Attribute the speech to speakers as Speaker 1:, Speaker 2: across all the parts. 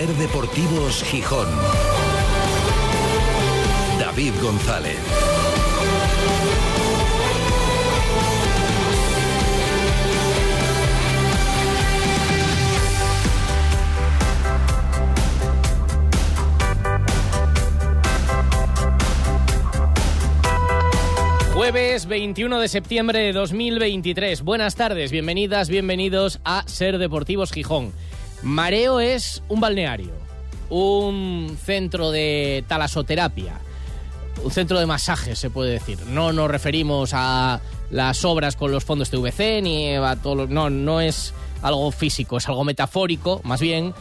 Speaker 1: Deportivos Gijón. David González.
Speaker 2: Jueves 21 de septiembre de 2023. Buenas tardes, bienvenidas, bienvenidos a Ser Deportivos Gijón. Mareo es un balneario, un centro de talasoterapia, un centro de masajes, se puede decir. No nos referimos a las obras con los fondos TVC ni a todo. No es algo físico, es algo metafórico, más bien.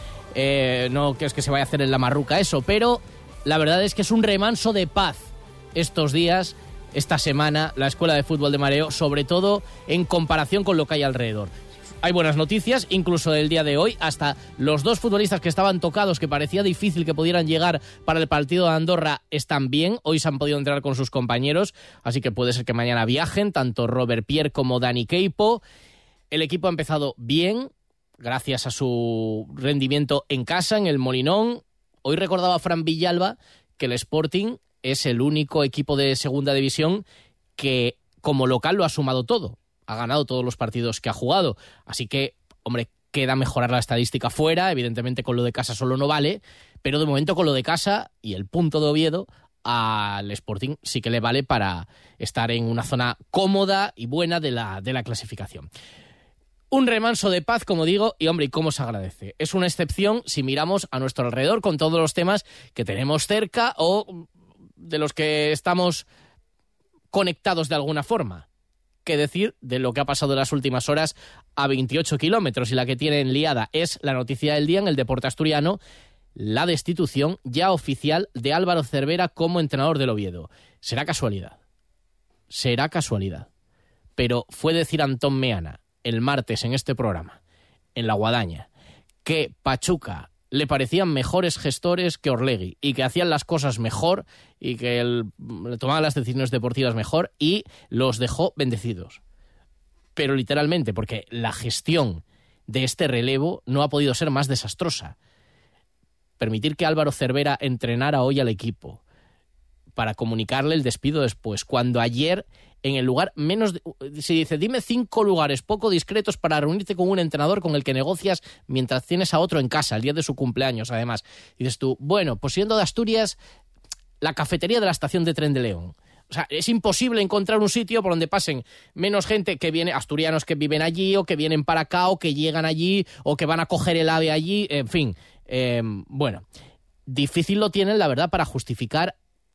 Speaker 2: No que es que se vaya a hacer en la marruca eso, pero la verdad es que es un remanso de paz estos días. Esta semana, la Escuela de Fútbol de Mareo, sobre todo en comparación con lo que hay alrededor. Hay buenas noticias, incluso del día de hoy, hasta los dos futbolistas que estaban tocados, que parecía difícil que pudieran llegar para el partido de Andorra, están bien. Hoy se han podido entrenar con sus compañeros, así que puede ser que mañana viajen, tanto Robert Pierre como Dani Queipo. El equipo ha empezado bien, gracias a su rendimiento en casa, en el Molinón. Hoy recordaba Fran Villalba que el Sporting es el único equipo de segunda división que como local lo ha sumado todo. Ha ganado todos los partidos que ha jugado. Así que, hombre, queda mejorar la estadística fuera. Evidentemente con lo de casa solo no vale, pero de momento con lo de casa y el punto de Oviedo al Sporting sí que le vale para estar en una zona cómoda y buena de la clasificación. Un remanso de paz, como digo, y hombre, ¿y cómo se agradece? Es una excepción si miramos a nuestro alrededor con todos los temas que tenemos cerca o de los que estamos conectados de alguna forma. ¿Qué decir de lo que ha pasado en las últimas horas a 28 kilómetros? Y la que tienen liada es la noticia del día en el deporte asturiano, la destitución ya oficial de Álvaro Cervera como entrenador del Oviedo. ¿Será casualidad? Será casualidad. Pero fue decir Antón Meana el martes en este programa, en La Guadaña, que Pachuca le parecían mejores gestores que Orlegui y que hacían las cosas mejor y que tomaban las decisiones deportivas mejor y los dejó bendecidos. Pero literalmente, porque la gestión de este relevo no ha podido ser más desastrosa. Permitir que Álvaro Cervera entrenara hoy al equipo para comunicarle el despido después, cuando ayer en el lugar menos... Se dice, dime 5 lugares poco discretos para reunirte con un entrenador con el que negocias mientras tienes a otro en casa, el día de su cumpleaños, además. Y dices tú, bueno, pues siendo de Asturias, la cafetería de la estación de tren de León. O sea, es imposible encontrar un sitio por donde pasen menos gente que viene, asturianos que viven allí, o que vienen para acá, o que llegan allí, o que van a coger el AVE allí, en fin. Bueno, difícil lo tienen, la verdad, para justificar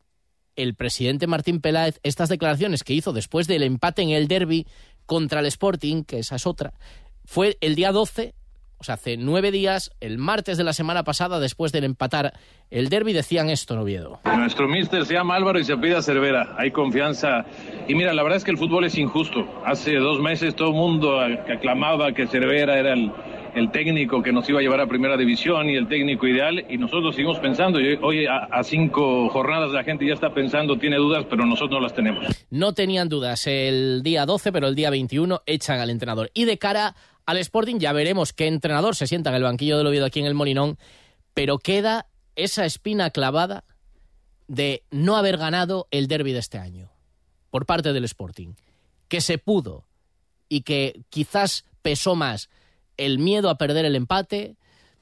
Speaker 2: el presidente Martín Peláez estas declaraciones que hizo después del empate en el derbi contra el Sporting, que esa es otra. Fue el día 12, o sea, hace 9 días, el martes de la semana pasada, después del empatar el derbi, decían esto en Oviedo.
Speaker 3: Nuestro míster se llama Álvaro y se apellida Cervera. Hay confianza. Y mira, la verdad es que el fútbol es injusto. Hace 2 meses todo el mundo aclamaba que Cervera era el técnico que nos iba a llevar a primera división y el técnico ideal, y nosotros seguimos pensando. Y hoy a 5 jornadas la gente ya está pensando, tiene dudas, pero nosotros no las tenemos.
Speaker 2: No tenían dudas el día 12, pero el día 21 echan al entrenador. Y de cara al Sporting ya veremos qué entrenador se sienta en el banquillo del Oviedo aquí en el Molinón, pero queda esa espina clavada de no haber ganado el derbi de este año por parte del Sporting, que se pudo y que quizás pesó más el miedo a perder el empate,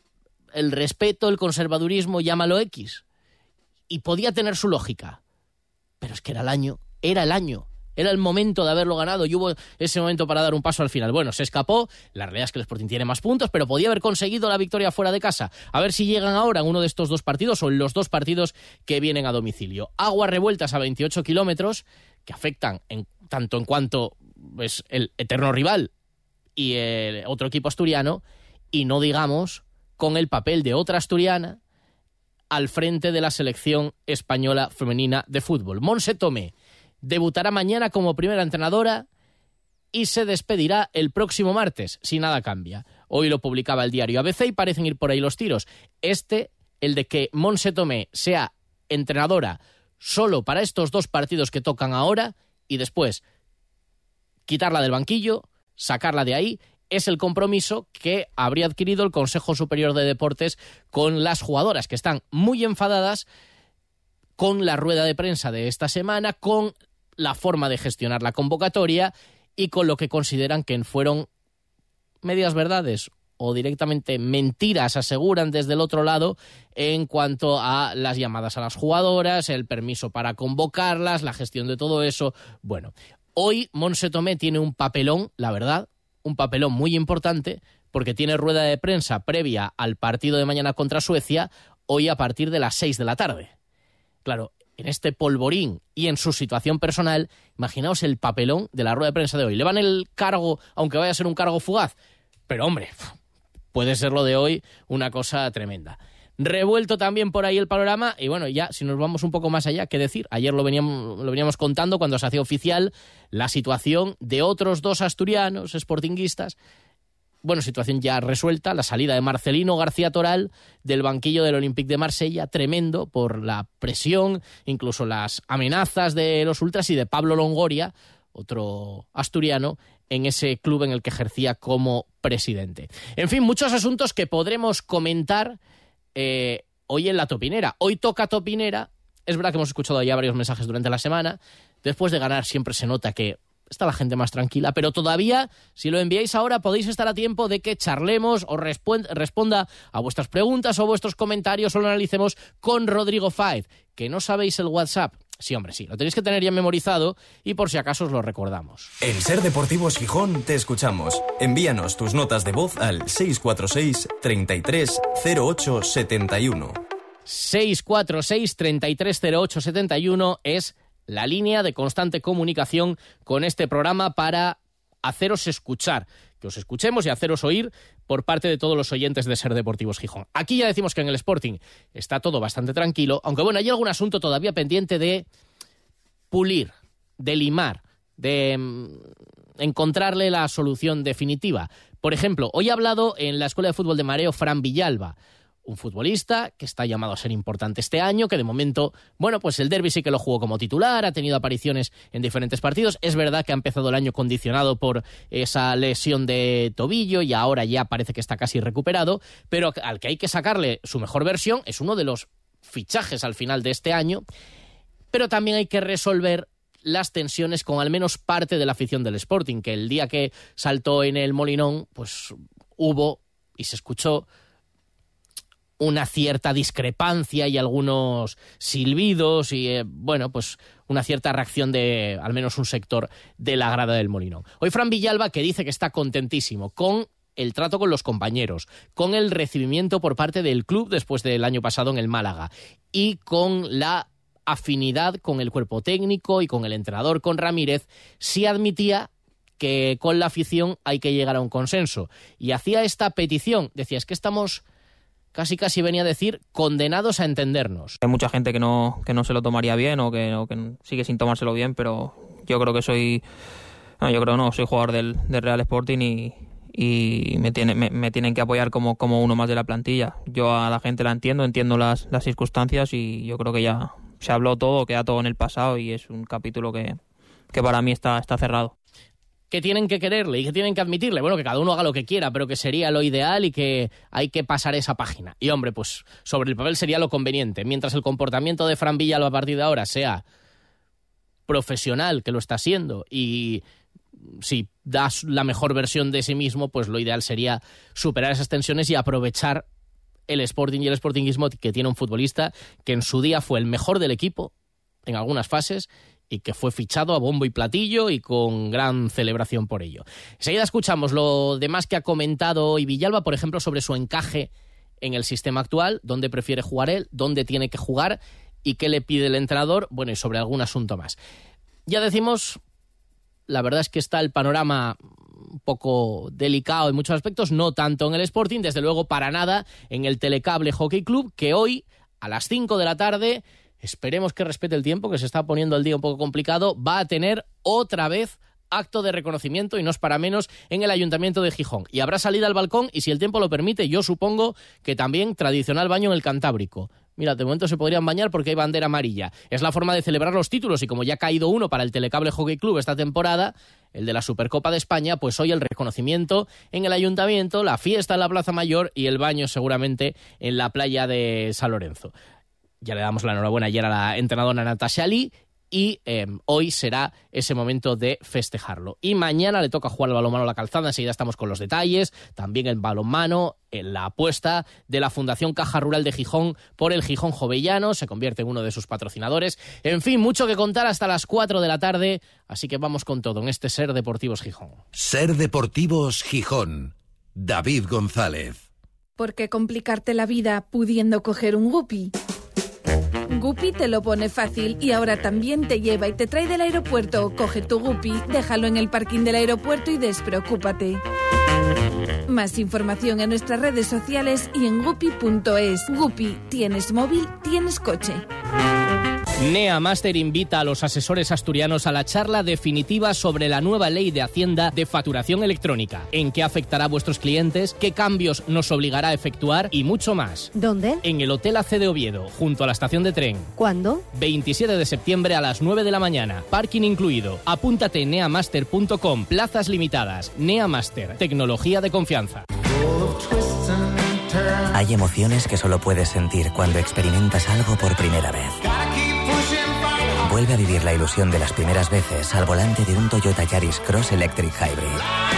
Speaker 2: el respeto, el conservadurismo, llámalo X. Y podía tener su lógica. Pero es que era el año. Era el momento de haberlo ganado y hubo ese momento para dar un paso al final. Bueno, se escapó. La realidad es que el Sporting tiene más puntos, pero podía haber conseguido la victoria fuera de casa. A ver si llegan ahora en uno de estos 2 partidos o en los 2 partidos que vienen a domicilio. Aguas revueltas a 28 kilómetros que afectan tanto en cuanto es el eterno rival y el otro equipo asturiano, y no digamos con el papel de otra asturiana al frente de la selección española femenina de fútbol. Montse Tomé debutará mañana como primera entrenadora y se despedirá el próximo martes, si nada cambia. Hoy lo publicaba el diario ABC y parecen ir por ahí los tiros. El de que Montse Tomé sea entrenadora solo para estos 2 partidos que tocan ahora y después quitarla del banquillo, sacarla de ahí es el compromiso que habría adquirido el Consejo Superior de Deportes con las jugadoras, que están muy enfadadas con la rueda de prensa de esta semana, con la forma de gestionar la convocatoria y con lo que consideran que fueron medias verdades o directamente mentiras, aseguran desde el otro lado, en cuanto a las llamadas a las jugadoras, el permiso para convocarlas, la gestión de todo eso. Bueno, hoy Montse Tomé tiene un papelón, la verdad, un papelón muy importante, porque tiene rueda de prensa previa al partido de mañana contra Suecia, hoy a partir de las 6 de la tarde. Claro, en este polvorín y en su situación personal, imaginaos el papelón de la rueda de prensa de hoy. Le van el cargo, aunque vaya a ser un cargo fugaz, pero hombre, puede ser lo de hoy una cosa tremenda. Revuelto también por ahí el panorama, y bueno, ya si nos vamos un poco más allá, ¿qué decir? Ayer lo veníamos contando cuando se hacía oficial la situación de otros 2 asturianos sportinguistas. Bueno, situación ya resuelta, la salida de Marcelino García Toral del banquillo del Olympique de Marsella, tremendo por la presión, incluso las amenazas de los ultras, y de Pablo Longoria, otro asturiano, en ese club en el que ejercía como presidente. En fin, muchos asuntos que podremos comentar hoy en la Topinera. Hoy toca Topinera. Es verdad que hemos escuchado ya varios mensajes durante la semana. Después de ganar siempre se nota que está la gente más tranquila, pero todavía, si lo enviáis ahora, podéis estar a tiempo de que charlemos o responda a vuestras preguntas o vuestros comentarios o lo analicemos con Rodrigo Fáez. ¿Que no sabéis el WhatsApp? Sí, hombre, sí, lo tenéis que tener ya memorizado y por si acaso os lo recordamos.
Speaker 4: En Ser Deportivos Gijón te escuchamos. Envíanos tus notas de voz al 646 33 08 71.
Speaker 2: 646 33 08 71 es la línea de constante comunicación con este programa para haceros escuchar, que os escuchemos y haceros oír por parte de todos los oyentes de Ser Deportivos Gijón. Aquí ya decimos que en el Sporting está todo bastante tranquilo, aunque bueno, hay algún asunto todavía pendiente de pulir, de limar, de encontrarle la solución definitiva. Por ejemplo, hoy ha hablado en la Escuela de Fútbol de Mareo Fran Villalba, un futbolista que está llamado a ser importante este año, que de momento, bueno, pues el derbi sí que lo jugó como titular, ha tenido apariciones en diferentes partidos. Es verdad que ha empezado el año condicionado por esa lesión de tobillo y ahora ya parece que está casi recuperado, pero al que hay que sacarle su mejor versión es uno de los fichajes al final de este año, pero también hay que resolver las tensiones con al menos parte de la afición del Sporting, que el día que saltó en el Molinón, pues hubo y se escuchó una cierta discrepancia y algunos silbidos y, bueno, pues una cierta reacción de al menos un sector de la grada del Molinón. Hoy Fran Villalba, que dice que está contentísimo con el trato con los compañeros, con el recibimiento por parte del club después del año pasado en el Málaga y con la afinidad con el cuerpo técnico y con el entrenador, con Ramírez, sí admitía que con la afición hay que llegar a un consenso. Y hacía esta petición, decía, es que estamos casi venía a decir, condenados a entendernos.
Speaker 5: Hay mucha gente que no se lo tomaría bien o que sigue sin tomárselo bien, pero yo creo que soy jugador del Real Sporting y me tienen que apoyar como uno más de la plantilla. Yo a la gente la entiendo las circunstancias y yo creo que ya se habló todo, queda todo en el pasado y es un capítulo que para mí está cerrado.
Speaker 2: Que tienen que quererle y que tienen que admitirle, bueno, que cada uno haga lo que quiera, pero que sería lo ideal y que hay que pasar esa página. Y hombre, pues sobre el papel sería lo conveniente. Mientras el comportamiento de Fran Villalba a partir de ahora sea profesional, que lo está siendo, y si das la mejor versión de sí mismo, pues lo ideal sería superar esas tensiones y aprovechar el Sporting y el sportinguismo que tiene un futbolista que en su día fue el mejor del equipo en algunas fases y que fue fichado a bombo y platillo y con gran celebración por ello. Enseguida escuchamos lo demás que ha comentado hoy Villalba, por ejemplo, sobre su encaje en el sistema actual, dónde prefiere jugar él, dónde tiene que jugar y qué le pide el entrenador, bueno, y sobre algún asunto más. Ya decimos, la verdad es que está el panorama un poco delicado en muchos aspectos, no tanto en el Sporting, desde luego para nada en el Telecable Hockey Club, que hoy a las 5 de la tarde... Esperemos que respete el tiempo, que se está poniendo el día un poco complicado. Va a tener otra vez acto de reconocimiento, y no es para menos, en el Ayuntamiento de Gijón. Y habrá salida al balcón y, si el tiempo lo permite, yo supongo que también tradicional baño en el Cantábrico. mira, de momento se podrían bañar porque hay bandera amarilla. Es la forma de celebrar los títulos y como ya ha caído uno para el Telecable Hockey Club esta temporada, el de la Supercopa de España, pues hoy el reconocimiento en el Ayuntamiento, la fiesta en la Plaza Mayor y el baño seguramente en la playa de San Lorenzo. Ya le damos la enhorabuena ayer a la entrenadora Natasha Lee y hoy será ese momento de festejarlo. Y mañana le toca jugar el balonmano a la Calzada, enseguida estamos con los detalles, también el balonmano, en la apuesta de la Fundación Caja Rural de Gijón por el Gijón Jovellano, se convierte en uno de sus patrocinadores. En fin, mucho que contar hasta las 4 de la tarde, así que vamos con todo en este Ser Deportivos Gijón.
Speaker 1: Ser Deportivos Gijón. David González.
Speaker 6: ¿Por qué complicarte la vida pudiendo coger un Guppy? Guppy te lo pone fácil y ahora también te lleva y te trae del aeropuerto. Coge tu Guppy, déjalo en el parking del aeropuerto y despreocúpate. Más información en nuestras redes sociales y en guppy.es. Guppy, ¿tienes móvil? ¿Tienes coche?
Speaker 2: NEA Master invita a los asesores asturianos a la charla definitiva sobre la nueva ley de Hacienda de facturación electrónica, en qué afectará a vuestros clientes, qué cambios nos obligará a efectuar y mucho más.
Speaker 7: ¿Dónde?
Speaker 2: En el Hotel AC de Oviedo, junto a la estación de tren.
Speaker 7: ¿Cuándo?
Speaker 2: 27 de septiembre a las 9 de la mañana. Parking incluido. Apúntate en neamaster.com. Plazas limitadas. NEA Master. Tecnología de confianza.
Speaker 8: Hay emociones que solo puedes sentir cuando experimentas algo por primera vez. Vuelve a vivir la ilusión de las primeras veces al volante de un Toyota Yaris Cross Electric Hybrid.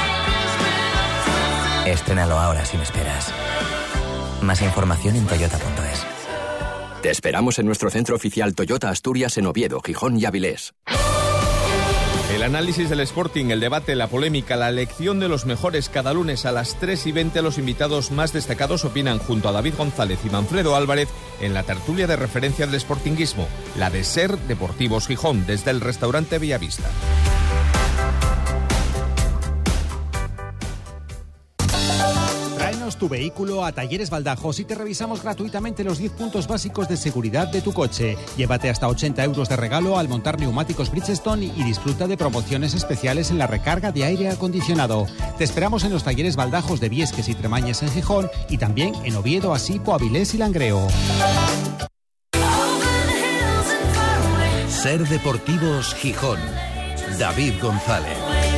Speaker 8: Estrénalo ahora sin esperas. Más información en toyota.es.
Speaker 9: Te esperamos en nuestro centro oficial Toyota Asturias en Oviedo, Gijón y Avilés.
Speaker 10: El análisis del Sporting, el debate, la polémica, la elección de los mejores. Cada lunes a las 3:20 los invitados más destacados opinan junto a David González y Manfredo Álvarez en la tertulia de referencia del sportinguismo, la de Ser Deportivos Gijón, desde el restaurante Bellavista.
Speaker 11: Tu vehículo a Talleres Baldajos y te revisamos gratuitamente los 10 puntos básicos de seguridad de tu coche. Llévate hasta 80 euros de regalo al montar neumáticos Bridgestone y disfruta de promociones especiales en la recarga de aire acondicionado. Te esperamos en los Talleres Baldajos de Viesques y Tremañes en Gijón y también en Oviedo, Asipo, Avilés y Langreo.
Speaker 1: Ser Deportivos Gijón. David González.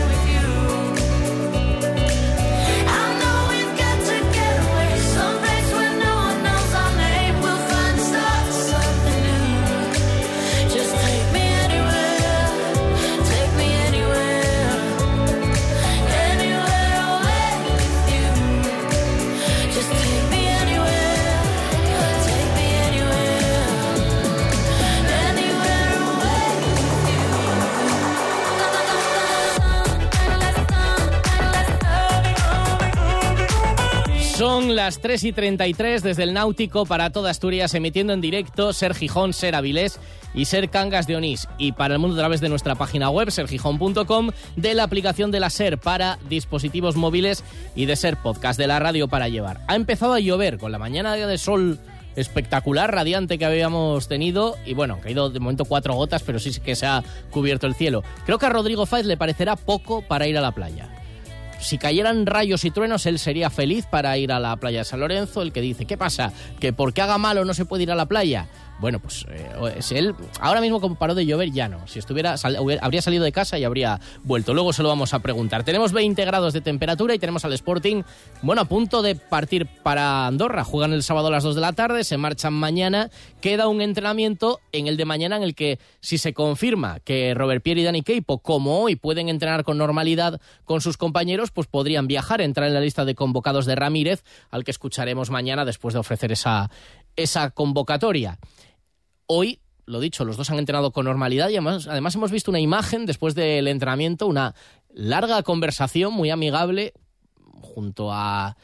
Speaker 2: Son las 3:33 desde el Náutico para toda Asturias, emitiendo en directo Ser Gijón, Ser Avilés y Ser Cangas de Onís. Y para el mundo a través de nuestra página web, sergijón.com, de la aplicación de la Ser para dispositivos móviles y de Ser Podcast, de la radio para llevar. Ha empezado a llover con la mañana de sol espectacular, radiante que habíamos tenido y bueno, han caído de momento 4 gotas, pero sí que se ha cubierto el cielo. Creo que a Rodrigo Fáez le parecerá poco para ir a la playa. Si cayeran rayos y truenos, él sería feliz para ir a la playa de San Lorenzo. El que dice, ¿qué pasa? ¿Que porque haga malo no se puede ir a la playa? Bueno, pues él ahora mismo, como paró de llover, ya no. Si estuviera, habría salido de casa y habría vuelto. Luego se lo vamos a preguntar. Tenemos 20 grados de temperatura y tenemos al Sporting, bueno, a punto de partir para Andorra. Juegan el sábado a las 2 de la tarde, se marchan mañana. Queda un entrenamiento en el de mañana en el que, si se confirma que Robert Pierre y Dani Queipo, como hoy, pueden entrenar con normalidad con sus compañeros, pues podrían viajar, entrar en la lista de convocados de Ramírez, al que escucharemos mañana después de ofrecer esa convocatoria. Hoy, lo dicho, los dos han entrenado con normalidad y además hemos visto una imagen después del entrenamiento, una larga conversación muy amigable junto a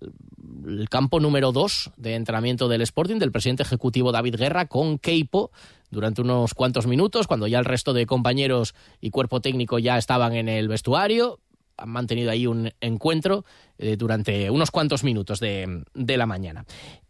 Speaker 2: el campo número 2 de entrenamiento del Sporting, del presidente ejecutivo David Guerra, con Queipo durante unos cuantos minutos, cuando ya el resto de compañeros y cuerpo técnico ya estaban en el vestuario. Han mantenido ahí un encuentro durante unos cuantos minutos de la mañana.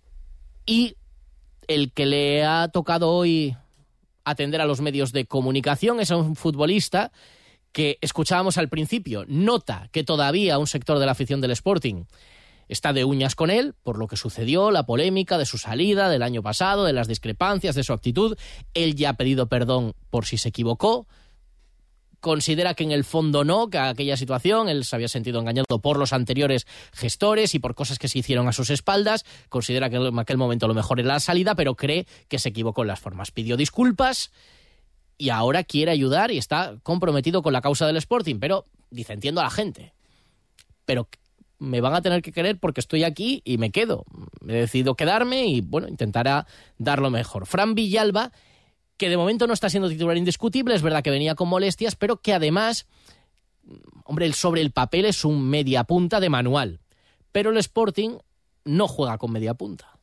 Speaker 2: Y el que le ha tocado hoy atender a los medios de comunicación es a un futbolista que escuchábamos al principio. Nota que todavía un sector de la afición del Sporting está de uñas con él por lo que sucedió, la polémica de su salida del año pasado, de las discrepancias, de su actitud. Él ya ha pedido perdón por si se equivocó. Considera que en el fondo no, que aquella situación él se había sentido engañado por los anteriores gestores y por cosas que se hicieron a sus espaldas. Considera que en aquel momento lo mejor era la salida, pero cree que se equivocó en las formas. Pidió disculpas y ahora quiere ayudar y está comprometido con la causa del Sporting, pero dice, entiendo a la gente, pero me van a tener que querer porque estoy aquí y me quedo. He decidido quedarme y, bueno, intentará dar lo mejor. Fran Villalba, que de momento no está siendo titular indiscutible, es verdad que venía con molestias, pero que además, hombre, él sobre el papel es un mediapunta de manual. Pero el Sporting no juega con mediapunta.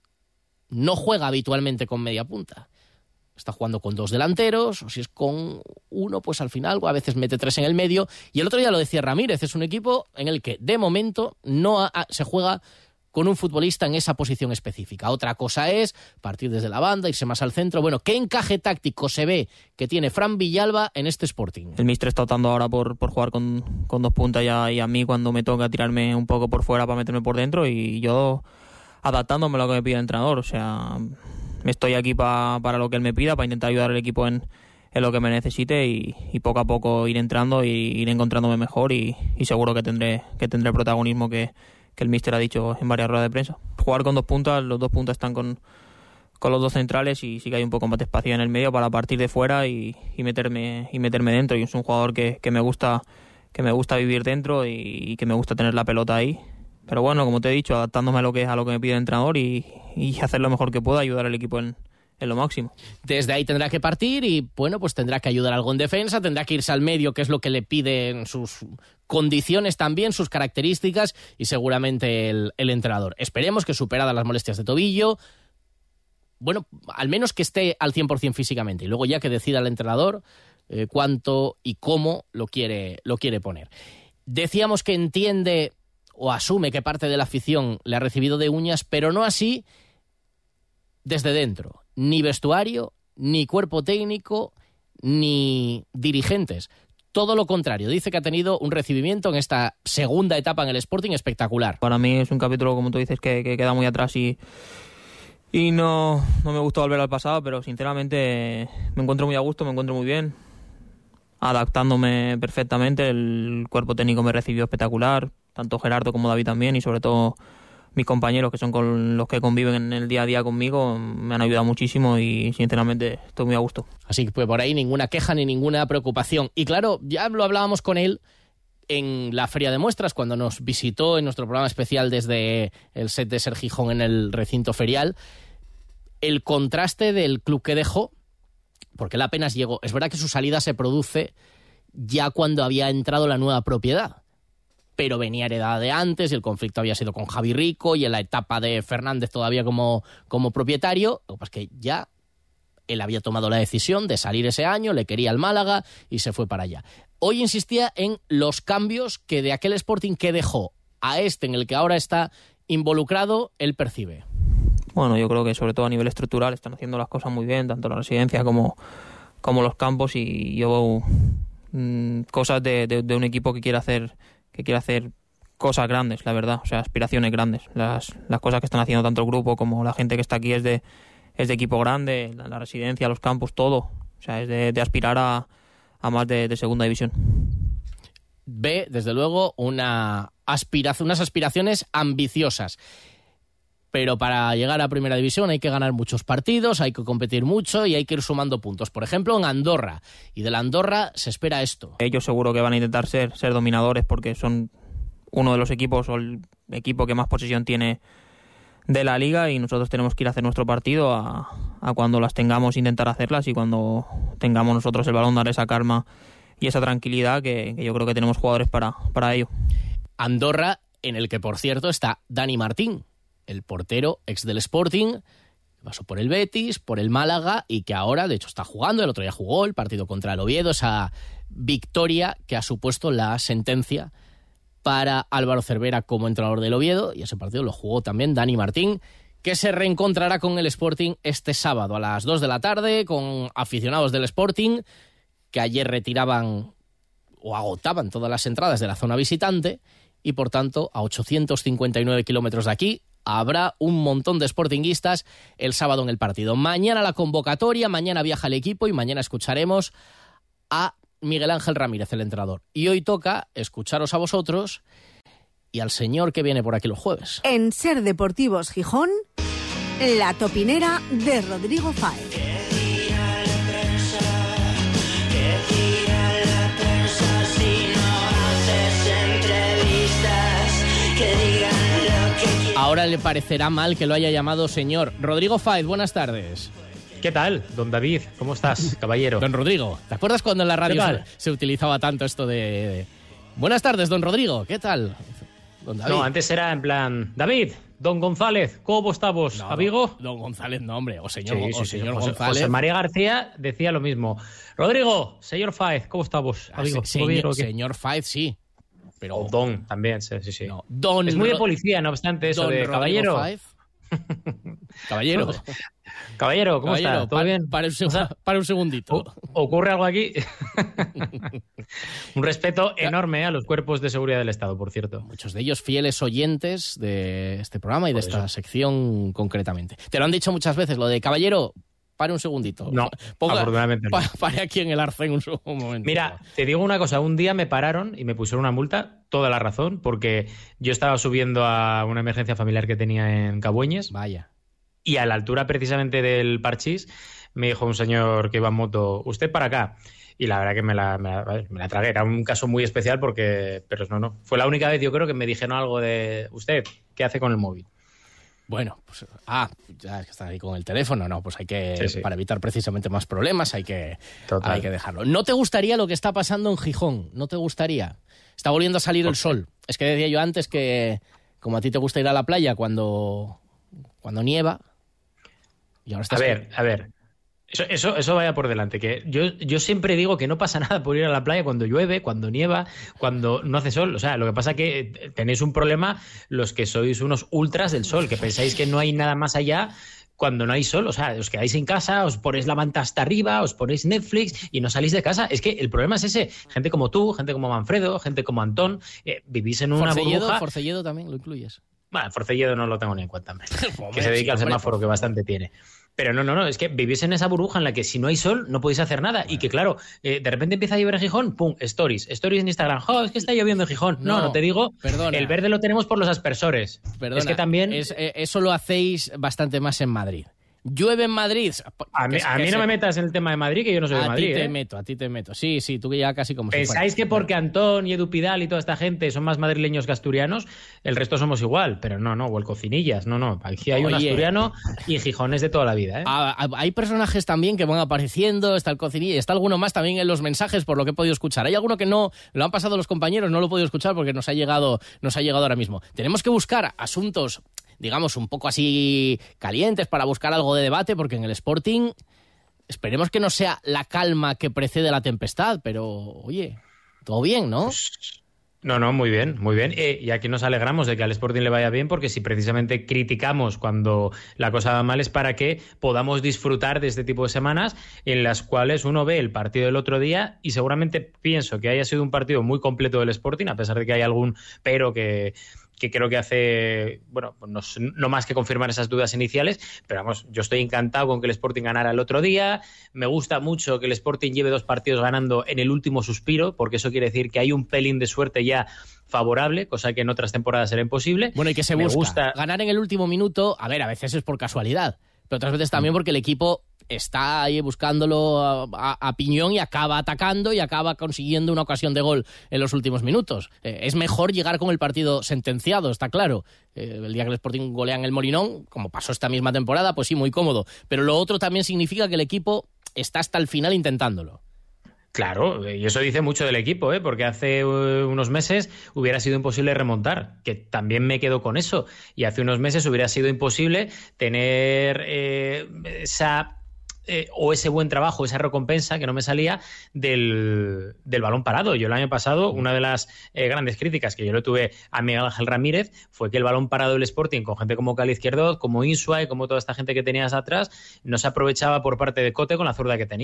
Speaker 2: No juega habitualmente con mediapunta. Está jugando con 2 delanteros, o si es con uno, pues al final, o a veces mete 3 en el medio. Y el otro día lo decía Ramírez, es un equipo en el que de momento no se juega con un futbolista en esa posición específica. Otra cosa es partir desde la banda, irse más al centro. Bueno, ¿qué encaje táctico se ve que tiene Fran Villalba en este Sporting?
Speaker 5: El míster está optando ahora por jugar con 2 puntas y a mí cuando me toca tirarme un poco por fuera para meterme por dentro, y yo adaptándome a lo que me pide el entrenador. O sea, estoy aquí para lo que él me pida, para intentar ayudar al equipo en lo que me necesite y poco a poco ir entrando y ir encontrándome mejor y seguro que tendré el protagonismo que el míster ha dicho en varias ruedas de prensa. Jugar con 2 puntas, los 2 puntas están con los 2 centrales y sí que hay un poco más de espacio en el medio para partir de fuera y meterme dentro. Y es un jugador que me gusta vivir dentro y que me gusta tener la pelota ahí. Pero bueno, como te he dicho, adaptándome a lo que me pide el entrenador y hacer lo mejor que pueda, ayudar al equipo en lo máximo.
Speaker 2: Desde ahí tendrá que partir y, bueno, pues tendrá que ayudar algo en defensa, tendrá que irse al medio, que es lo que le piden sus condiciones también, sus características y seguramente el entrenador. Esperemos que, superadas las molestias de tobillo, bueno, al menos que esté al 100% físicamente y luego ya que decida el entrenador cuánto y cómo lo quiere poner. Decíamos que entiende o asume que parte de la afición le ha recibido de uñas, pero no así desde dentro. Ni vestuario, ni cuerpo técnico, ni dirigentes. Todo lo contrario. Dice que ha tenido un recibimiento en esta segunda etapa en el Sporting espectacular.
Speaker 5: Para mí es un capítulo, como tú dices, que queda muy atrás y no me gusta volver al pasado, pero sinceramente me encuentro muy a gusto, me encuentro muy bien, adaptándome perfectamente. El cuerpo técnico me recibió espectacular, tanto Gerardo como David también, y sobre todo mis compañeros, que son con los que conviven en el día a día conmigo, me han ayudado muchísimo y sinceramente estoy muy a gusto.
Speaker 2: Así que pues por ahí ninguna queja ni ninguna preocupación. Y claro, ya lo hablábamos con él en la Feria de Muestras, cuando nos visitó en nuestro programa especial desde el set de Ser Gijón en el recinto ferial, el contraste del club que dejó, porque él apenas llegó. Es verdad que su salida se produce ya cuando había entrado la nueva propiedad, pero venía heredada de antes y el conflicto había sido con Javi Rico y en la etapa de Fernández todavía como propietario. Lo que pasa es que ya él había tomado la decisión de salir ese año, le quería el Málaga y se fue para allá. Hoy insistía en los cambios que de aquel Sporting que dejó a este en el que ahora está involucrado, él percibe.
Speaker 5: Bueno, yo creo que sobre todo a nivel estructural están haciendo las cosas muy bien, tanto la residencia como los campos, y yo veo cosas de un equipo que quiere hacer cosas grandes, la verdad, o sea, aspiraciones grandes. Las cosas que están haciendo tanto el grupo como la gente que está aquí es de equipo grande, la residencia, los campos, todo. O sea, es de aspirar a más de segunda división.
Speaker 2: Ve, desde luego, unas aspiraciones ambiciosas. Pero para llegar a primera división hay que ganar muchos partidos, hay que competir mucho y hay que ir sumando puntos. Por ejemplo, en Andorra. Y de la Andorra se espera esto.
Speaker 5: Ellos seguro que van a intentar ser dominadores porque son uno de los equipos o el equipo que más posesión tiene de la liga, y nosotros tenemos que ir a hacer nuestro partido a cuando las tengamos, intentar hacerlas, y cuando tengamos nosotros el balón dar esa calma y esa tranquilidad que yo creo que tenemos jugadores para ello.
Speaker 2: Andorra, en el que por cierto está Dani Martín, el portero ex del Sporting, pasó por el Betis, por el Málaga y que ahora, de hecho, está jugando. El otro día jugó el partido contra el Oviedo, esa victoria que ha supuesto la sentencia para Álvaro Cervera como entrenador del Oviedo, y ese partido lo jugó también Dani Martín, que se reencontrará con el Sporting este sábado a las 2 de la tarde con aficionados del Sporting que ayer retiraban o agotaban todas las entradas de la zona visitante, y por tanto a 859 kilómetros de aquí habrá un montón de sportinguistas el sábado en el partido. Mañana la convocatoria, mañana viaja el equipo y mañana escucharemos a Miguel Ángel Ramírez, el entrenador. Y hoy toca escucharos a vosotros y al señor que viene por aquí los jueves.
Speaker 7: En Ser Deportivos Gijón, la topinera de Rodrigo Fáez.
Speaker 2: Ahora le parecerá mal que lo haya llamado señor. Rodrigo Fáez, buenas tardes.
Speaker 12: ¿Qué tal, don David? ¿Cómo estás, caballero?
Speaker 2: Don Rodrigo, ¿te acuerdas cuando en la radio se utilizaba tanto esto de... Buenas tardes, don Rodrigo, ¿qué tal? Don David.
Speaker 12: No, antes era en plan, David, don González, ¿cómo estamos, amigo?
Speaker 2: Don González, no, hombre, o señor,
Speaker 12: señor
Speaker 2: González.
Speaker 12: José María García decía lo mismo. Rodrigo, señor Fáez, ¿cómo estamos, amigo?
Speaker 2: Señor Fáez, sí. Pero...
Speaker 12: O don, también, sí.
Speaker 2: No, don
Speaker 12: es muy de policía, no obstante, eso de caballero.
Speaker 2: Caballero.
Speaker 12: Caballero, ¿cómo está? ¿Todo bien?
Speaker 2: Para un segundito.
Speaker 12: ¿Ocurre algo aquí? Un respeto enorme a los cuerpos de seguridad del Estado, por cierto.
Speaker 2: Muchos de ellos fieles oyentes de este programa y de esta sección concretamente. Te lo han dicho muchas veces, lo de caballero... Pare un segundito.
Speaker 12: No, afortunadamente no.
Speaker 2: Pare aquí en el arce un momento.
Speaker 12: Mira, te digo una cosa. Un día me pararon y me pusieron una multa, toda la razón, porque yo estaba subiendo a una emergencia familiar que tenía en Cabueñes.
Speaker 2: Vaya.
Speaker 12: Y a la altura precisamente del Parchís me dijo un señor que iba en moto, usted para acá. Y la verdad que me la tragué. Era un caso muy especial pero no. Fue la única vez, yo creo, que me dijeron algo de, usted, ¿qué hace con el móvil?
Speaker 2: Bueno, pues ya es que están ahí con el teléfono, no, pues hay que, para evitar precisamente más problemas, hay que dejarlo. ¿No te gustaría lo que está pasando en Gijón? ¿No te gustaría? Está volviendo a salir el sol. Es que decía yo antes que, como a ti te gusta ir a la playa cuando nieva, y ahora estás...
Speaker 12: A ver. Eso vaya por delante, que yo siempre digo que no pasa nada por ir a la playa cuando llueve, cuando nieva, cuando no hace sol. O sea, lo que pasa es que tenéis un problema los que sois unos ultras del sol, que pensáis que no hay nada más allá cuando no hay sol. O sea, os quedáis en casa, os ponéis la manta hasta arriba, os ponéis Netflix y no salís de casa. Es que el problema es ese. Gente como tú, gente como Manfredo, gente como Antón, vivís en una burbuja...
Speaker 2: Forcelledo también lo incluyes.
Speaker 12: Bueno, Forcelledo no lo tengo ni en cuenta, hombre. Que se dedica al semáforo, que bastante tiene. Pero no, es que vivís en esa burbuja en la que si no hay sol no podéis hacer nada. Y que claro, de repente empieza a llover en Gijón, ¡pum! Stories en Instagram. ¡Oh, es que está lloviendo en Gijón! No te digo.
Speaker 2: Perdona.
Speaker 12: El verde lo tenemos por los aspersores.
Speaker 2: Perdona,
Speaker 12: es que también...
Speaker 2: eso lo hacéis bastante más en Madrid. Llueve en Madrid.
Speaker 12: A mí no me metas en el tema de Madrid, que yo no soy de Madrid.
Speaker 2: A ti te meto. Sí, tú que ya casi como...
Speaker 12: ¿Pensáis que porque Antón y Edu Pidal y toda esta gente son más madrileños que asturianos, el resto somos igual? Pero no, o el Cocinillas, no. Aquí hay un asturiano y Gijones de toda la vida, ¿eh?
Speaker 2: Hay personajes también que van apareciendo, está el Cocinillas, está alguno más también en los mensajes, por lo que he podido escuchar. Hay alguno que no, lo han pasado los compañeros, no lo he podido escuchar porque nos ha llegado ahora mismo. Tenemos que buscar asuntos, digamos, un poco así calientes para buscar algo de debate, porque en el Sporting esperemos que no sea la calma que precede la tempestad, pero oye, todo bien, ¿no?
Speaker 12: No, muy bien. Y aquí nos alegramos de que al Sporting le vaya bien, porque si precisamente criticamos cuando la cosa va mal es para que podamos disfrutar de este tipo de semanas en las cuales uno ve el partido del otro día y seguramente pienso que haya sido un partido muy completo del Sporting, a pesar de que hay algún pero que creo que hace, bueno, no más que confirmar esas dudas iniciales, pero vamos, yo estoy encantado con que el Sporting ganara el otro día. Me gusta mucho que el Sporting lleve 2 partidos ganando en el último suspiro, porque eso quiere decir que hay un pelín de suerte ya favorable, cosa que en otras temporadas era imposible.
Speaker 2: Bueno, y que se busca ganar en el último minuto, a veces es por casualidad, pero otras veces también porque el equipo está ahí buscándolo a piñón y acaba atacando y acaba consiguiendo una ocasión de gol en los últimos minutos. Es mejor llegar con el partido sentenciado, está claro. El día que el Sporting golea en el Molinón, como pasó esta misma temporada, pues sí, muy cómodo. Pero lo otro también significa que el equipo está hasta el final intentándolo.
Speaker 12: Claro, y eso dice mucho del equipo, porque hace unos meses hubiera sido imposible remontar, que también me quedo con eso. Y hace unos meses hubiera sido imposible tener ese buen trabajo, esa recompensa que no me salía del balón parado. Yo el año pasado, una de las grandes críticas que yo le tuve a Miguel Ángel Ramírez fue que el balón parado del Sporting, con gente como Cali Izquierdoz, como Insua y como toda esta gente que tenías atrás, no se aprovechaba por parte de Cote con la zurda que tenía.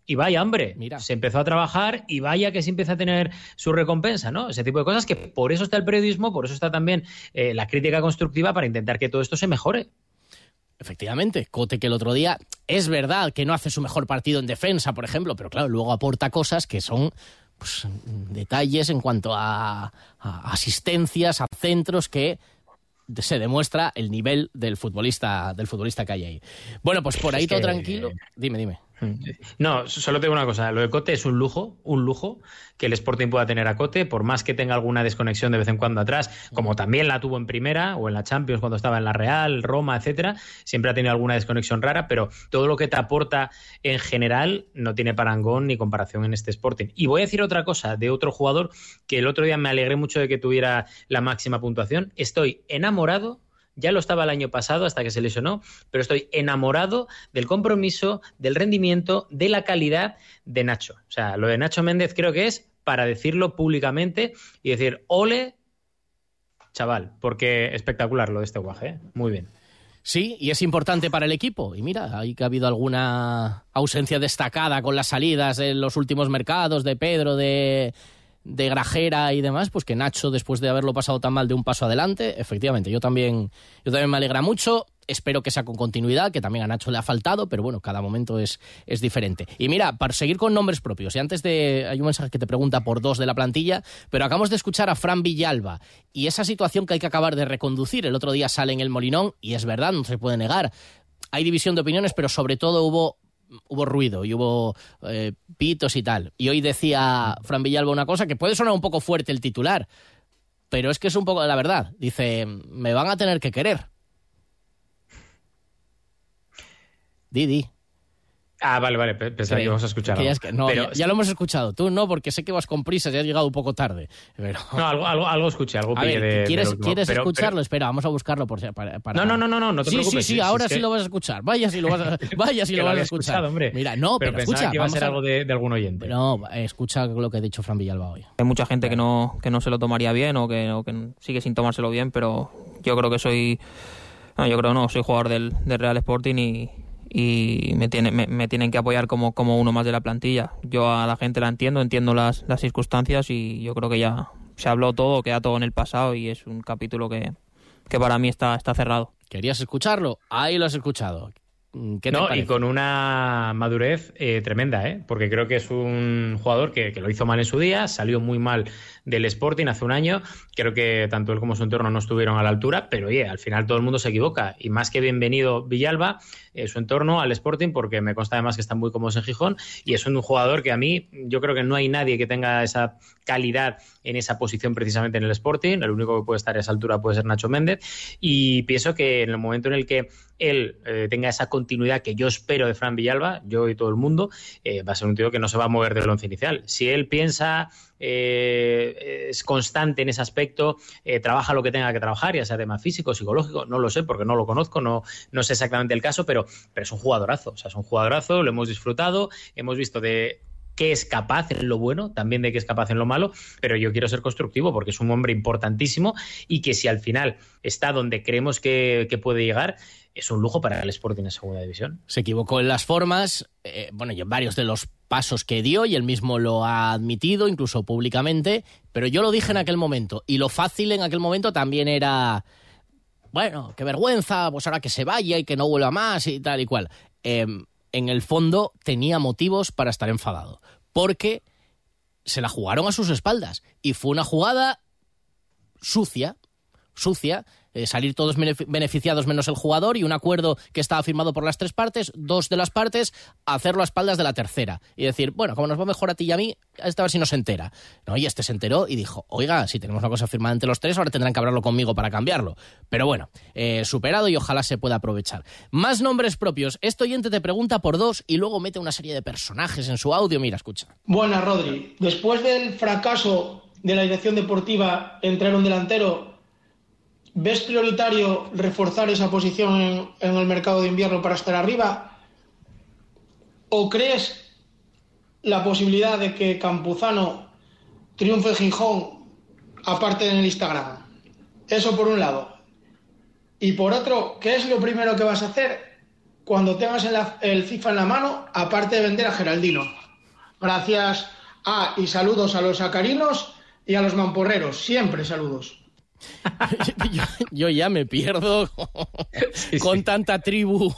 Speaker 12: y vaya, hombre, se empezó a trabajar y vaya que se empieza a tener su recompensa, ¿no? Ese tipo de cosas que por eso está el periodismo, por eso está también la crítica constructiva para intentar que todo esto se mejore.
Speaker 2: Efectivamente, Cote, que el otro día es verdad que no hace su mejor partido en defensa, por ejemplo, pero claro, luego aporta cosas que son pues, detalles en cuanto a asistencias, a centros, que se demuestra el nivel del futbolista que hay ahí. Bueno, pues por ahí todo tranquilo. Dime.
Speaker 12: No, solo tengo una cosa. Lo de Cote es un lujo que el Sporting pueda tener a Cote, por más que tenga alguna desconexión de vez en cuando atrás, como también la tuvo en Primera o en la Champions cuando estaba en la Real, Roma, etcétera. Siempre ha tenido alguna desconexión rara, pero todo lo que te aporta en general no tiene parangón ni comparación en este Sporting. Y voy a decir otra cosa de otro jugador que el otro día me alegré mucho de que tuviera la máxima puntuación. Estoy enamorado. Ya lo estaba el año pasado hasta que se lesionó, pero estoy enamorado del compromiso, del rendimiento, de la calidad de Nacho. O sea, lo de Nacho Méndez creo que es para decirlo públicamente y decir, ole, chaval, porque espectacular lo de este guaje, ¿eh? Muy bien.
Speaker 2: Sí, y es importante para el equipo. Y mira, ahí que ha habido alguna ausencia destacada con las salidas en los últimos mercados de Pedro, de Grajera y demás, pues que Nacho, después de haberlo pasado tan mal, de un paso adelante. Efectivamente, yo también me alegra mucho. Espero que sea con continuidad, que también a Nacho le ha faltado, pero bueno, cada momento es diferente. Y mira, para seguir con nombres propios, y antes hay un mensaje que te pregunta por 2 de la plantilla, pero acabamos de escuchar a Fran Villalba, y esa situación que hay que acabar de reconducir. El otro día sale en el Molinón, y es verdad, no se puede negar. Hay división de opiniones, pero sobre todo hubo ruido y hubo pitos y tal. Y hoy decía Fran Villalba una cosa que puede sonar un poco fuerte el titular, pero es que es un poco la verdad. Dice, me van a tener que querer. Di.
Speaker 12: Ah, vale, pensaba que íbamos a escuchar algo.
Speaker 2: No, pero ya lo hemos escuchado. Tú no, porque sé que vas con prisa y has llegado un poco tarde. Pero...
Speaker 12: No, algo escuché, algo pillé de...
Speaker 2: ¿Quieres escucharlo? Espera, vamos a buscarlo para...
Speaker 12: No te preocupes.
Speaker 2: Sí, ahora sí lo vas a escuchar. Vaya si lo vas a escuchar.
Speaker 12: Hombre.
Speaker 2: Mira, no, pero escucha.
Speaker 12: Que iba a ser algo de algún oyente.
Speaker 2: No, escucha lo que ha dicho Fran Villalba hoy.
Speaker 5: Hay mucha gente que no se lo tomaría bien o que sigue sin tomárselo bien, pero yo creo que soy jugador del Real Sporting y me tienen que apoyar como uno más de la plantilla. Yo a la gente la entiendo las circunstancias y yo creo que ya se habló todo, queda todo en el pasado y es un capítulo que para mí está cerrado.
Speaker 2: ¿Querías escucharlo? Ahí lo has escuchado. ¿Qué te parece?
Speaker 12: Y con una madurez tremenda, porque creo que es un jugador que lo hizo mal en su día, salió muy mal del Sporting hace un año, creo que tanto él como su entorno no estuvieron a la altura, pero oye, al final todo el mundo se equivoca y más que bienvenido Villalba, su entorno al Sporting, porque me consta además que están muy cómodos en Gijón y es un jugador que a mí, yo creo que no hay nadie que tenga esa calidad en esa posición precisamente en el Sporting, el único que puede estar a esa altura puede ser Nacho Méndez y pienso que en el momento en el que él tenga esa continuidad que yo espero de Fran Villalba, yo y todo el mundo, va a ser un tío que no se va a mover del once inicial. Si él piensa, es constante en ese aspecto, trabaja lo que tenga que trabajar, ya sea tema físico, psicológico, no lo sé porque no lo conozco, no sé exactamente el caso, pero es un jugadorazo, lo hemos disfrutado, hemos visto de qué es capaz en lo bueno, también de qué es capaz en lo malo, pero yo quiero ser constructivo porque es un hombre importantísimo y que si al final está donde creemos que puede llegar, es un lujo para el Sporting en segunda división.
Speaker 2: Se equivocó en las formas, y en varios de los pasos que dio, y él mismo lo ha admitido, incluso públicamente, pero yo lo dije en aquel momento, y lo fácil en aquel momento también era, bueno, qué vergüenza, pues ahora que se vaya y que no vuelva más y tal y cual. En el fondo tenía motivos para estar enfadado, porque se la jugaron a sus espaldas, y fue una jugada sucia, salir todos beneficiados menos el jugador y un acuerdo que estaba firmado por las 3 partes, 2 de las partes, hacerlo a espaldas de la tercera y decir, bueno, como nos va mejor a ti y a mí, esta vez si no se entera. No, y este se enteró y dijo, oiga, si tenemos una cosa firmada entre los 3, ahora tendrán que hablarlo conmigo para cambiarlo. Pero bueno, superado y ojalá se pueda aprovechar. Más nombres propios. Este oyente te pregunta por 2 y luego mete una serie de personajes en su audio. Mira, escucha.
Speaker 13: Buenas, Rodri. Después del fracaso de la dirección deportiva en traer un delantero, ¿ves prioritario reforzar esa posición en el mercado de invierno para estar arriba? ¿O crees la posibilidad de que Campuzano triunfe en Gijón, aparte en el Instagram? Eso por un lado. Y por otro, ¿qué es lo primero que vas a hacer cuando tengas el FIFA en la mano, aparte de vender a Geraldino? Gracias. Y saludos a los sacarinos y a los mamporreros. Siempre saludos.
Speaker 2: Yo ya me pierdo con tanta tribu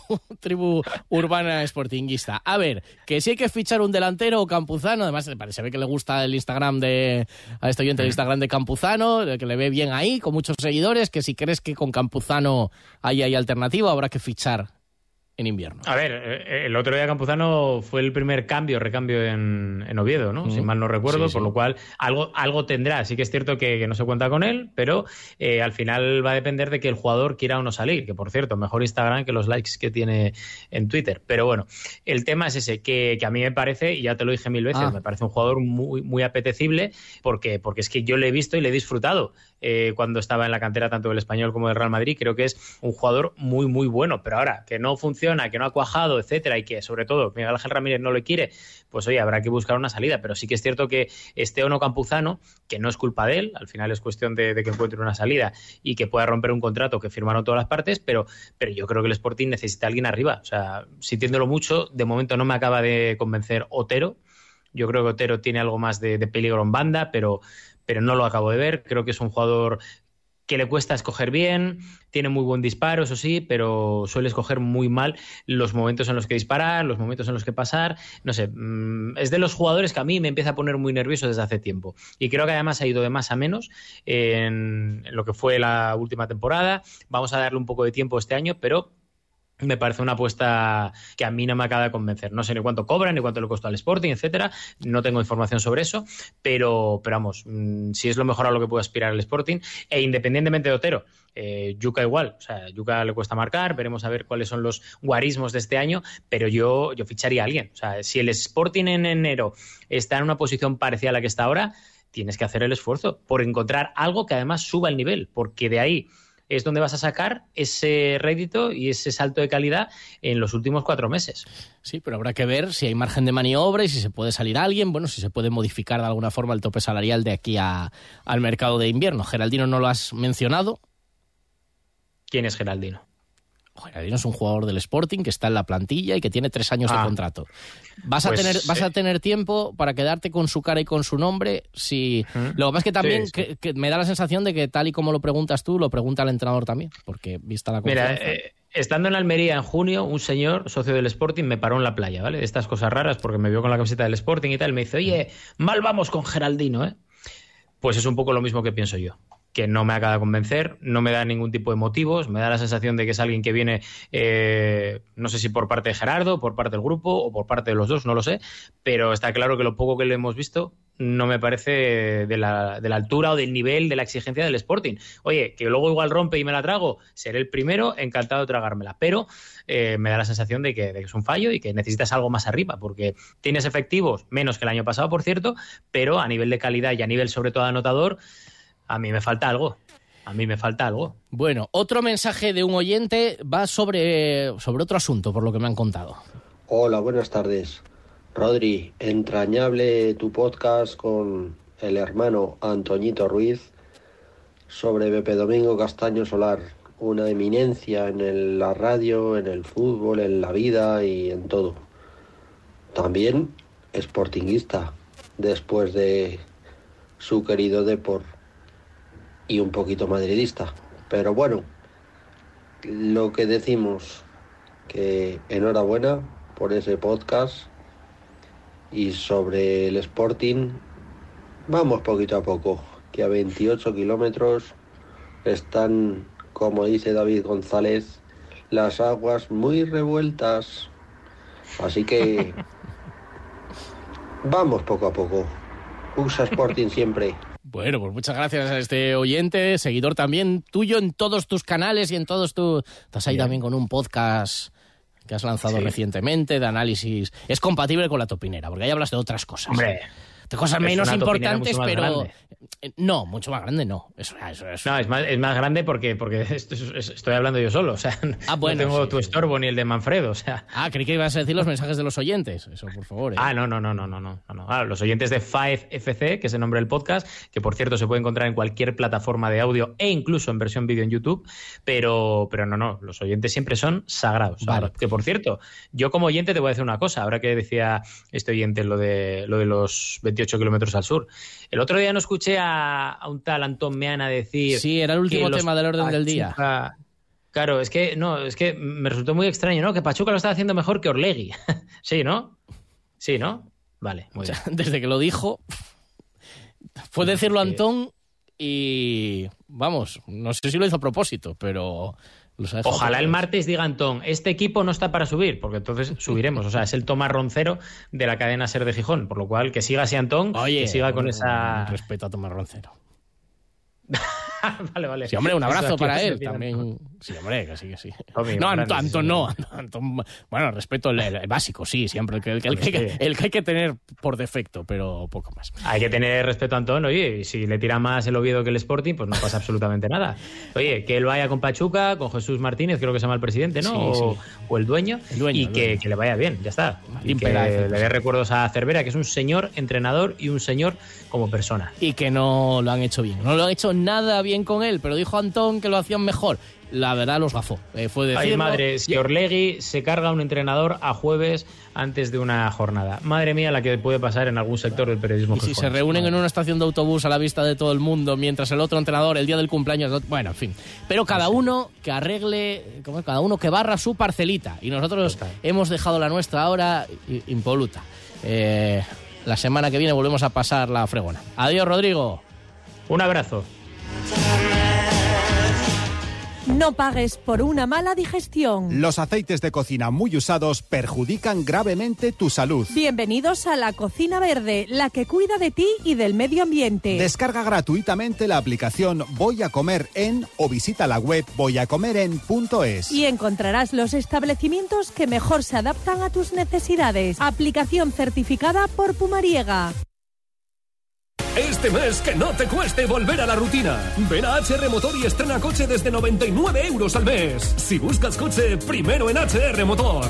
Speaker 2: urbana sportinguista. A ver, que si hay que fichar un delantero o Campuzano, además se ve que le gusta el Instagram a este oyente, el Instagram de Campuzano, que le ve bien ahí, con muchos seguidores, que si crees que con Campuzano hay alternativa, habrá que fichar en invierno.
Speaker 12: A ver, el otro día Campuzano fue el primer recambio en Oviedo, ¿no? Si mal no recuerdo, por lo cual algo tendrá. Sí que es cierto que no se cuenta con él, pero al final va a depender de que el jugador quiera o no salir, que por cierto, mejor Instagram que los likes que tiene en Twitter. Pero bueno, el tema es ese, que a mí me parece, y ya te lo dije 1000 veces, me parece un jugador muy, muy apetecible, porque es que yo le he visto y le he disfrutado cuando estaba en la cantera tanto del Español como del Real Madrid. Creo que es un jugador muy, muy bueno, pero ahora que no funciona, que no ha cuajado, etcétera, y que sobre todo Miguel Ángel Ramírez no lo quiere, pues oye, habrá que buscar una salida. Pero sí que es cierto que esté o no Campuzano, que no es culpa de él, al final es cuestión de que encuentre una salida y que pueda romper un contrato que firmaron todas las partes, pero yo creo que el Sporting necesita a alguien arriba. O sea, sintiéndolo mucho, de momento no me acaba de convencer Otero. Yo creo que Otero tiene algo más de peligro en banda, pero no lo acabo de ver. Creo que es un jugador que le cuesta escoger bien, tiene muy buen disparo, eso sí, pero suele escoger muy mal los momentos en los que disparar, los momentos en los que pasar. No sé, es de los jugadores que a mí me empieza a poner muy nervioso desde hace tiempo. Y creo que además ha ido de más a menos en lo que fue la última temporada. Vamos a darle un poco de tiempo este año, pero me parece una apuesta que a mí no me acaba de convencer. No sé ni cuánto cobra, ni cuánto le costó al Sporting, etcétera. No tengo información sobre eso, pero vamos, si es lo mejor a lo que puede aspirar el Sporting, e independientemente de Otero, Yuka igual. O sea, Yuka le cuesta marcar, veremos a ver cuáles son los guarismos de este año, pero yo ficharía a alguien. O sea, si el Sporting en enero está en una posición parecida a la que está ahora, tienes que hacer el esfuerzo por encontrar algo que además suba el nivel, porque de ahí es donde vas a sacar ese rédito y ese salto de calidad en los últimos 4 meses.
Speaker 2: Sí, pero habrá que ver si hay margen de maniobra y si se puede salir alguien, bueno, si se puede modificar de alguna forma el tope salarial de aquí al mercado de invierno. Geraldino no lo has mencionado.
Speaker 12: ¿Quién es Geraldino?
Speaker 2: Geraldino es un jugador del Sporting que está en la plantilla y que tiene 3 años de contrato. ¿Vas a tener tiempo para quedarte con su cara y con su nombre? Si... Lo que pasa es que también que me da la sensación de que tal y como lo preguntas tú, lo pregunta el entrenador también, porque vista la confianza...
Speaker 12: Mira, estando en Almería en junio, un señor, socio del Sporting, me paró en la playa, ¿vale? Estas cosas raras, porque me vio con la camiseta del Sporting y tal, me dice, oye, mal vamos con Geraldino, ¿eh? Pues es un poco lo mismo que pienso yo, que no me acaba de convencer, no me da ningún tipo de motivos, me da la sensación de que es alguien que viene, no sé si por parte de Gerardo, por parte del grupo o por parte de los dos, no lo sé, pero está claro que lo poco que le hemos visto no me parece de la altura o del nivel de la exigencia del Sporting. Oye, que luego igual rompe y me la trago, seré el primero, encantado de tragármela, pero me da la sensación de que es un fallo y que necesitas algo más arriba, porque tienes efectivos, menos que el año pasado, por cierto, pero a nivel de calidad y a nivel sobre todo anotador, a mí me falta algo.
Speaker 2: Bueno, otro mensaje de un oyente va sobre otro asunto, por lo que me han contado.
Speaker 14: Hola, buenas tardes. Rodri, entrañable tu podcast con el hermano Antoñito Ruiz sobre Pepe Domingo Castaño Solar, una eminencia en la radio, en el fútbol, en la vida y en todo. También sportinguista, después de su querido Depor, y un poquito madridista. Pero bueno, lo que decimos, que enhorabuena por ese podcast. Y sobre el Sporting, vamos poquito a poco, que a 28 kilómetros están, como dice David González, las aguas muy revueltas. Así que vamos poco a poco. Usa Sporting siempre.
Speaker 2: Bueno, pues muchas gracias a este oyente, seguidor también tuyo en todos tus canales y en todos tus... Estás ahí también con un podcast que has lanzado recientemente de análisis. Es compatible con la topinera, porque ahí hablas de otras cosas.
Speaker 12: Hombre,
Speaker 2: De cosas menos importantes, pero... No, mucho más grande no. Eso.
Speaker 12: No, es más grande porque estoy hablando yo solo. O sea, no tengo tu estorbo ni el de Manfredo. O sea.
Speaker 2: Creí que ibas a decir los mensajes de los oyentes. Eso, por favor.
Speaker 12: No. Los oyentes de 5FC, que es el nombre del podcast, que por cierto se puede encontrar en cualquier plataforma de audio e incluso en versión vídeo en YouTube. Pero no. Los oyentes siempre son sagrados.
Speaker 2: Vale.
Speaker 12: Que por cierto, yo como oyente te voy a decir una cosa. Ahora que decía este oyente lo de los 28 kilómetros al sur. El otro día no escuché a un tal Antón Meana decir...
Speaker 2: Sí, era el último tema del orden del día.
Speaker 12: Claro, es que me resultó muy extraño, ¿no? Que Pachuca lo estaba haciendo mejor que Orlegui. Sí, ¿no? Vale, muy bien.
Speaker 2: Desde que lo dijo, fue decirlo Antón y... Vamos, no sé si lo hizo a propósito, pero...
Speaker 12: Ojalá el martes diga Antón, este equipo no está para subir, porque entonces subiremos. O sea, es el Tomás Roncero de la cadena SER de Gijón. Por lo cual, que siga así Antón, que siga con esa...
Speaker 2: Respeto a Tomás Roncero.
Speaker 12: Vale.
Speaker 2: Sí, hombre, un abrazo para él también. Sí, hombre, que sí. No, Antón no. Antón, bueno, respeto el básico, sí, siempre. El que hay que tener por defecto, pero poco más.
Speaker 12: Hay que tener respeto a Antón, oye, y si le tira más el Oviedo que el Sporting, pues no pasa absolutamente nada. Oye, que él vaya con Pachuca, con Jesús Martínez, creo que se llama el presidente, ¿no?
Speaker 2: Sí.
Speaker 12: O el dueño. Que le vaya bien, ya está. Y que le dé recuerdos a Cervera, que es un señor entrenador y un señor como persona.
Speaker 2: Y que no lo han hecho bien. No lo han hecho nada bien con él, pero dijo Antón que lo hacían mejor. La verdad los gafó. Fue decirlo.
Speaker 12: Ay, madre, si Orlegui se carga a un entrenador a jueves antes de una jornada. Madre mía, la que puede pasar en algún sector del periodismo.
Speaker 2: Y si se reúnen en una estación de autobús a la vista de todo el mundo, mientras el otro entrenador, el día del cumpleaños... Bueno, en fin. Pero cada uno que arregle, cada uno que barra su parcelita. Y nosotros hemos dejado la nuestra ahora impoluta. La semana que viene volvemos a pasar la fregona. Adiós, Rodrigo.
Speaker 12: Un abrazo.
Speaker 15: No pagues por una mala digestión.
Speaker 11: Los aceites de cocina muy usados perjudican gravemente tu salud.
Speaker 15: Bienvenidos a La Cocina Verde, la que cuida de ti y del medio ambiente.
Speaker 11: Descarga gratuitamente la aplicación Voy a Comer En o visita la web voyacomeren.es.
Speaker 15: Y encontrarás los establecimientos que mejor se adaptan a tus necesidades. Aplicación certificada por Pumariega.
Speaker 16: Este mes que no te cueste volver a la rutina. Ven a HR Motor y estrena coche desde 99 € al mes. Si buscas coche, primero en HR Motor.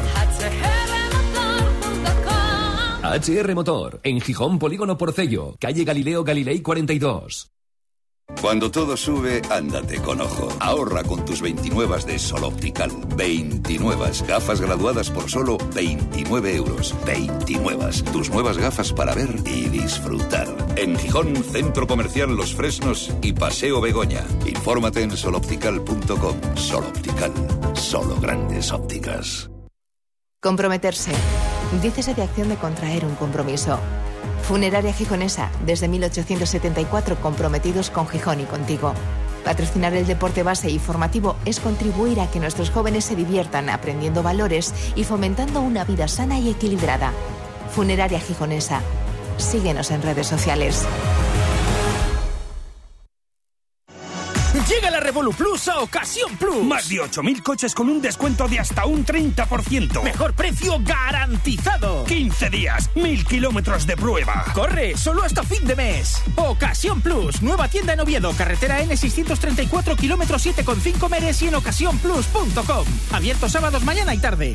Speaker 16: HR Motor, en Gijón, Polígono Porcello, calle Galileo Galilei 42.
Speaker 17: Cuando todo sube, ándate con ojo. Ahorra con tus 29 de Sol Optical. 29 gafas graduadas por solo 29 €. 29. Tus nuevas gafas para ver y disfrutar. En Gijón, Centro Comercial Los Fresnos y Paseo Begoña. Infórmate en soloptical.com. Sol Optical. Solo grandes ópticas.
Speaker 18: Comprometerse. Dícese de acción de contraer un compromiso. Funeraria Gijonesa, desde 1874 comprometidos con Gijón y contigo. Patrocinar el deporte base y formativo es contribuir a que nuestros jóvenes se diviertan aprendiendo valores y fomentando una vida sana y equilibrada. Funeraria Gijonesa. Síguenos en redes sociales.
Speaker 19: Llega la Revolu Plus a Ocasión Plus. Más de 8.000 coches con un descuento de hasta un 30%. Mejor precio garantizado. 15 días, 1.000 kilómetros de prueba. Corre, solo hasta fin de mes. Ocasión Plus, nueva tienda en Oviedo, carretera N634, kilómetro 7,5 Meres y en ocasiónplus.com. Abierto sábados, mañana y tarde.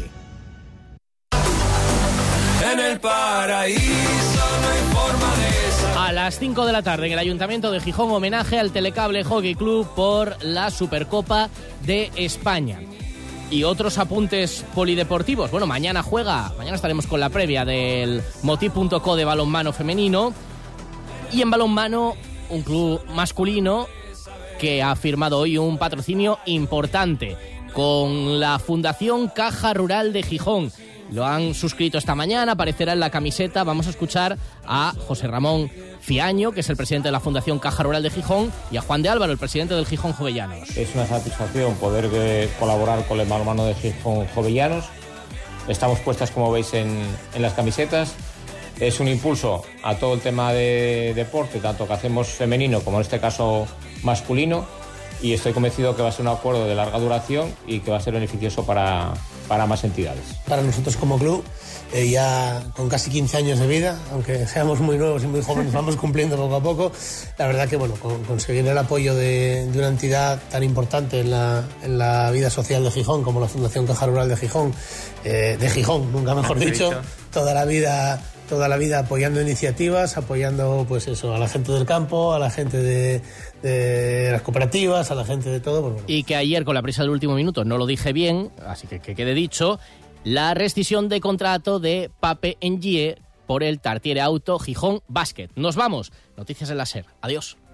Speaker 16: En el paraíso no hay forma de...
Speaker 2: A las 5 de la tarde en el Ayuntamiento de Gijón, homenaje al Telecable Hockey Club por la Supercopa de España. Y otros apuntes polideportivos. Bueno, mañana estaremos con la previa del Moti.co de balonmano femenino. Y en balonmano, un club masculino que ha firmado hoy un patrocinio importante con la Fundación Caja Rural de Gijón. Lo han suscrito esta mañana, aparecerá en la camiseta. Vamos a escuchar a José Ramón Fiaño, que es el presidente de la Fundación Caja Rural de Gijón, y a Juan de Álvaro, el presidente del Gijón Jovellanos.
Speaker 20: Es una satisfacción poder colaborar con el balonmano de Gijón Jovellanos. Estamos puestas, como veis, en las camisetas. Es un impulso a todo el tema de deporte, tanto que hacemos femenino como en este caso masculino. y estoy convencido que va a ser un acuerdo de larga duración y que va a ser beneficioso para más entidades.
Speaker 21: Para nosotros como club, ya con casi 15 años de vida, aunque seamos muy nuevos y muy jóvenes, vamos cumpliendo poco a poco. La verdad que conseguir el apoyo de una entidad tan importante en la vida social de Gijón como la Fundación Caja Rural de Gijón, nunca mejor dicho, toda la vida apoyando iniciativas, apoyando pues eso, a la gente del campo, a la gente de las cooperativas, a la gente de todo. Pues,
Speaker 2: Y que ayer, con la prisa del último minuto, no lo dije bien, así que quede dicho, la rescisión de contrato de Pape Engie por el Tartiere Auto Gijón Basket. Nos vamos. Noticias en la SER. Adiós.